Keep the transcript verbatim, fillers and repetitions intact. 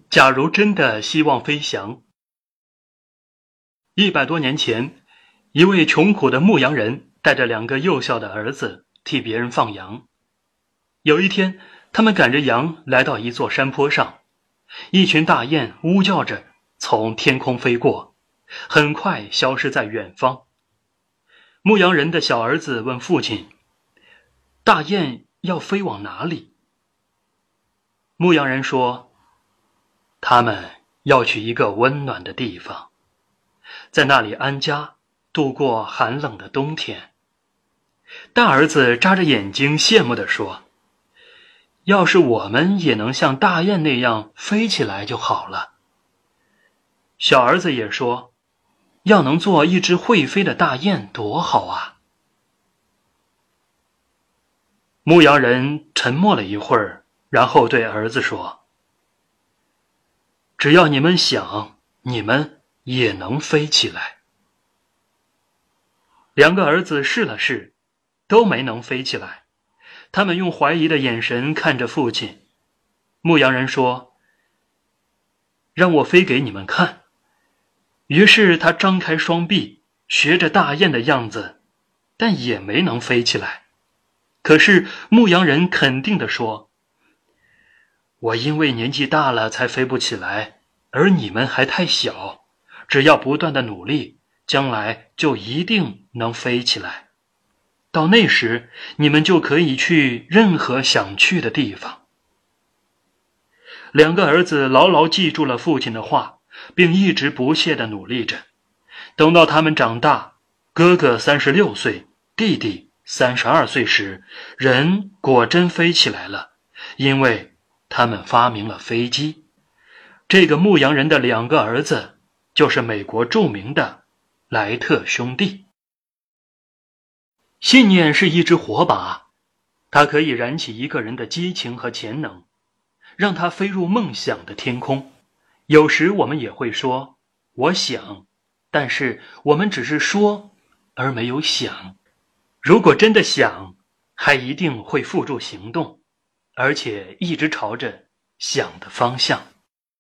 假如真的希望飞翔。一百多年前，一位穷苦的牧羊人带着两个幼小的儿子替别人放羊。有一天，他们赶着羊来到一座山坡上，一群大雁呜叫着从天空飞过，很快消失在远方。牧羊人的小儿子问父亲：大雁要飞往哪里？牧羊人说：他们要去一个温暖的地方，在那里安家，度过寒冷的冬天。大儿子眨着眼睛羡慕地说：要是我们也能像大雁那样飞起来就好了。小儿子也说：要能做一只会飞的大雁多好啊。牧羊人沉默了一会儿，然后对儿子说：只要你们想，你们也能飞起来。两个儿子试了试，都没能飞起来。他们用怀疑的眼神看着父亲。牧羊人说：让我飞给你们看。于是他张开双臂，学着大雁的样子，但也没能飞起来。可是牧羊人肯定地说：我因为年纪大了才飞不起来，而你们还太小，只要不断的努力，将来就一定能飞起来。到那时，你们就可以去任何想去的地方。两个儿子牢牢记住了父亲的话，并一直不懈地努力着。等到他们长大，哥哥三十六岁，弟弟三十二岁时，人果真飞起来了，因为他们发明了飞机。这个牧羊人的两个儿子，就是美国著名的莱特兄弟。信念是一支火把，它可以燃起一个人的激情和潜能，让他飞入梦想的天空。有时我们也会说我想，但是我们只是说而没有想。如果真的想，还一定会付诸行动，而且一直朝着想的方向。